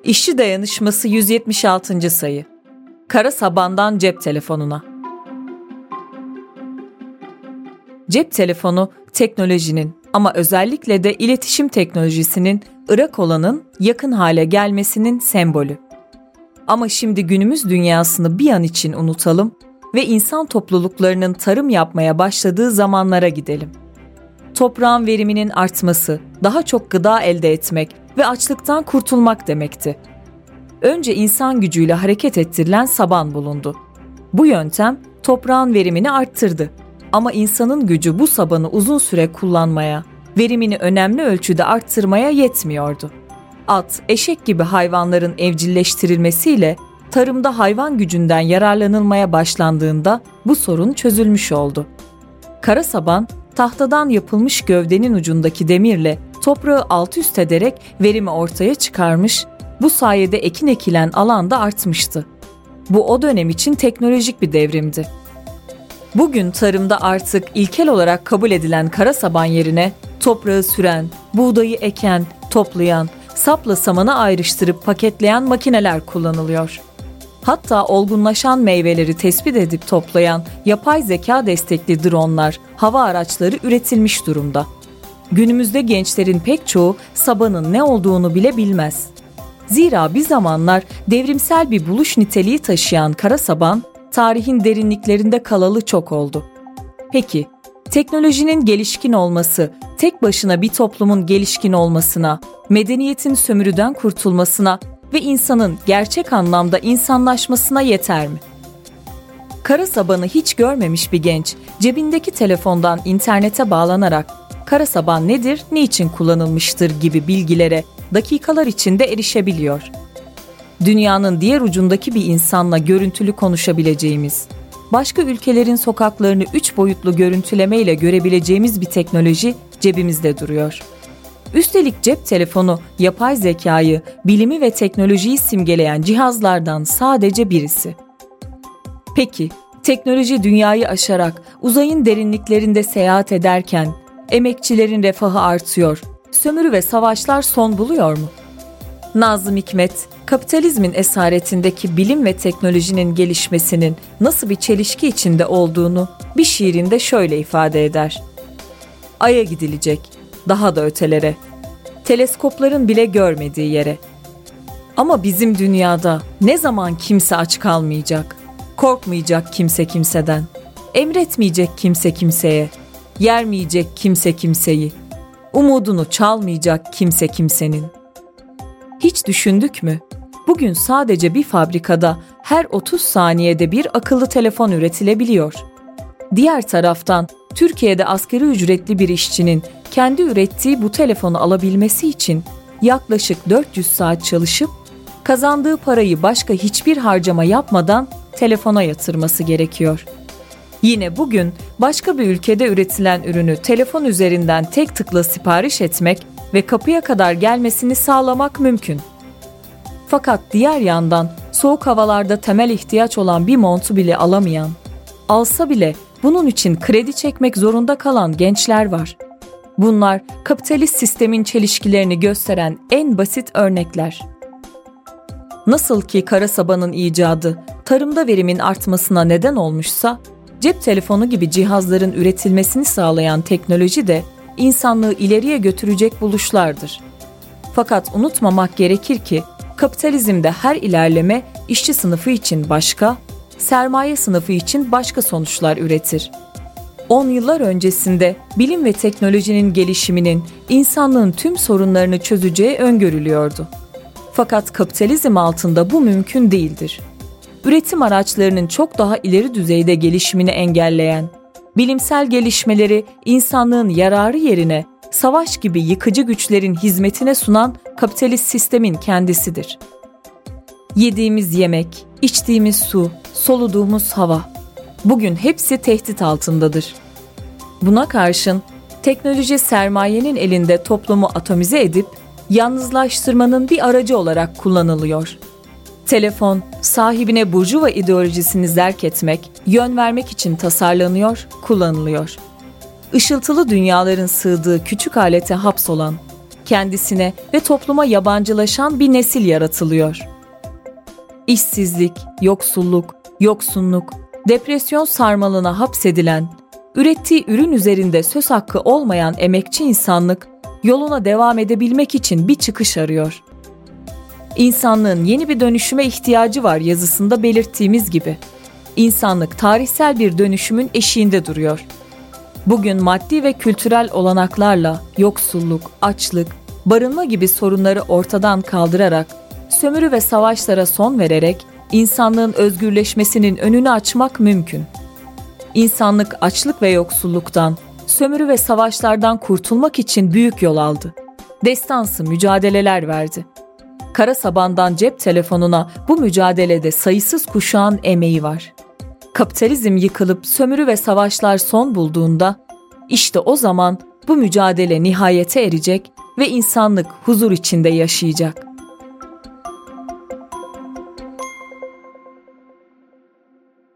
İşçi Dayanışması 176. sayı. Kara sabandan cep telefonuna. Cep telefonu teknolojinin ama özellikle de iletişim teknolojisinin ırak olanın yakın hale gelmesinin sembolü. Ama şimdi günümüz dünyasını bir an için unutalım ve insan topluluklarının tarım yapmaya başladığı zamanlara gidelim. Toprağın veriminin artması, daha çok gıda elde etmek ve açlıktan kurtulmak demekti. Önce insan gücüyle hareket ettirilen saban bulundu. Bu yöntem toprağın verimini arttırdı. Ama insanın gücü bu sabanı uzun süre kullanmaya, verimini önemli ölçüde arttırmaya yetmiyordu. At, eşek gibi hayvanların evcilleştirilmesiyle tarımda hayvan gücünden yararlanılmaya başlandığında bu sorun çözülmüş oldu. Kara saban, tahtadan yapılmış gövdenin ucundaki demirle toprağı alt üst ederek verimi ortaya çıkarmış, bu sayede ekin ekilen alan da artmıştı. Bu o dönem için teknolojik bir devrimdi. Bugün tarımda artık ilkel olarak kabul edilen kara saban yerine toprağı süren, buğdayı eken, toplayan, sapla samanı ayrıştırıp paketleyen makineler kullanılıyor. Hatta olgunlaşan meyveleri tespit edip toplayan yapay zeka destekli dronlar, hava araçları üretilmiş durumda. Günümüzde gençlerin pek çoğu sabanın ne olduğunu bile bilmez. Zira bir zamanlar devrimsel bir buluş niteliği taşıyan kara saban, tarihin derinliklerinde kalalı çok oldu. Peki, teknolojinin gelişkin olması, tek başına bir toplumun gelişkin olmasına, medeniyetin sömürüden kurtulmasına ve insanın gerçek anlamda insanlaşmasına yeter mi? Kara sabanı hiç görmemiş bir genç, cebindeki telefondan internete bağlanarak kara saban nedir, niçin kullanılmıştır gibi bilgilere dakikalar içinde erişebiliyor. Dünyanın diğer ucundaki bir insanla görüntülü konuşabileceğimiz, başka ülkelerin sokaklarını 3 boyutlu görüntülemeyle görebileceğimiz bir teknoloji cebimizde duruyor. Üstelik cep telefonu, yapay zekayı, bilimi ve teknolojiyi simgeleyen cihazlardan sadece birisi. Peki, teknoloji dünyayı aşarak uzayın derinliklerinde seyahat ederken emekçilerin refahı artıyor, sömürü ve savaşlar son buluyor mu? Nazım Hikmet, kapitalizmin esaretindeki bilim ve teknolojinin gelişmesinin nasıl bir çelişki içinde olduğunu bir şiirinde şöyle ifade eder. Ay'a gidilecek, daha da ötelere, teleskopların bile görmediği yere. Ama bizim dünyada ne zaman kimse aç kalmayacak, korkmayacak kimse kimseden, emretmeyecek kimse kimseye, yermeyecek kimse kimseyi, umudunu çalmayacak kimse kimsenin. Hiç düşündük mü? Bugün sadece bir fabrikada her 30 saniyede bir akıllı telefon üretilebiliyor. Diğer taraftan Türkiye'de asgari ücretli bir işçinin kendi ürettiği bu telefonu alabilmesi için yaklaşık 400 saat çalışıp kazandığı parayı başka hiçbir harcama yapmadan telefona yatırması gerekiyor. Yine bugün başka bir ülkede üretilen ürünü telefon üzerinden tek tıkla sipariş etmek ve kapıya kadar gelmesini sağlamak mümkün. Fakat diğer yandan soğuk havalarda temel ihtiyaç olan bir montu bile alamayan, alsa bile bunun için kredi çekmek zorunda kalan gençler var. Bunlar kapitalist sistemin çelişkilerini gösteren en basit örnekler. Nasıl ki kara sabanın icadı tarımda verimin artmasına neden olmuşsa, cep telefonu gibi cihazların üretilmesini sağlayan teknoloji de insanlığı ileriye götürecek buluşlardır. Fakat unutmamak gerekir ki kapitalizmde her ilerleme işçi sınıfı için başka, sermaye sınıfı için başka sonuçlar üretir. 10 yıllar öncesinde bilim ve teknolojinin gelişiminin insanlığın tüm sorunlarını çözeceği öngörülüyordu. Fakat kapitalizm altında bu mümkün değildir. Üretim araçlarının çok daha ileri düzeyde gelişimini engelleyen, bilimsel gelişmeleri insanlığın yararı yerine savaş gibi yıkıcı güçlerin hizmetine sunan kapitalist sistemin kendisidir. Yediğimiz yemek, içtiğimiz su, soluduğumuz hava, bugün hepsi tehdit altındadır. Buna karşın teknoloji sermayenin elinde toplumu atomize edip yalnızlaştırmanın bir aracı olarak kullanılıyor. Telefon, sahibine burjuva ideolojisini zerk etmek, yön vermek için tasarlanıyor, kullanılıyor. Işıltılı dünyaların sığdığı küçük alete hapsolan, kendisine ve topluma yabancılaşan bir nesil yaratılıyor. İşsizlik, yoksulluk, yoksunluk, depresyon sarmalına hapsedilen, ürettiği ürün üzerinde söz hakkı olmayan emekçi insanlık, yoluna devam edebilmek için bir çıkış arıyor. İnsanlığın yeni bir dönüşüme ihtiyacı var yazısında belirttiğimiz gibi. İnsanlık tarihsel bir dönüşümün eşiğinde duruyor. Bugün maddi ve kültürel olanaklarla yoksulluk, açlık, barınma gibi sorunları ortadan kaldırarak, sömürü ve savaşlara son vererek insanlığın özgürleşmesinin önünü açmak mümkün. İnsanlık açlık ve yoksulluktan, sömürü ve savaşlardan kurtulmak için büyük yol aldı. Destansı mücadeleler verdi. Kara sabandan cep telefonuna bu mücadelede sayısız kuşağın emeği var. Kapitalizm yıkılıp sömürü ve savaşlar son bulduğunda, işte o zaman bu mücadele nihayete erecek ve insanlık huzur içinde yaşayacak.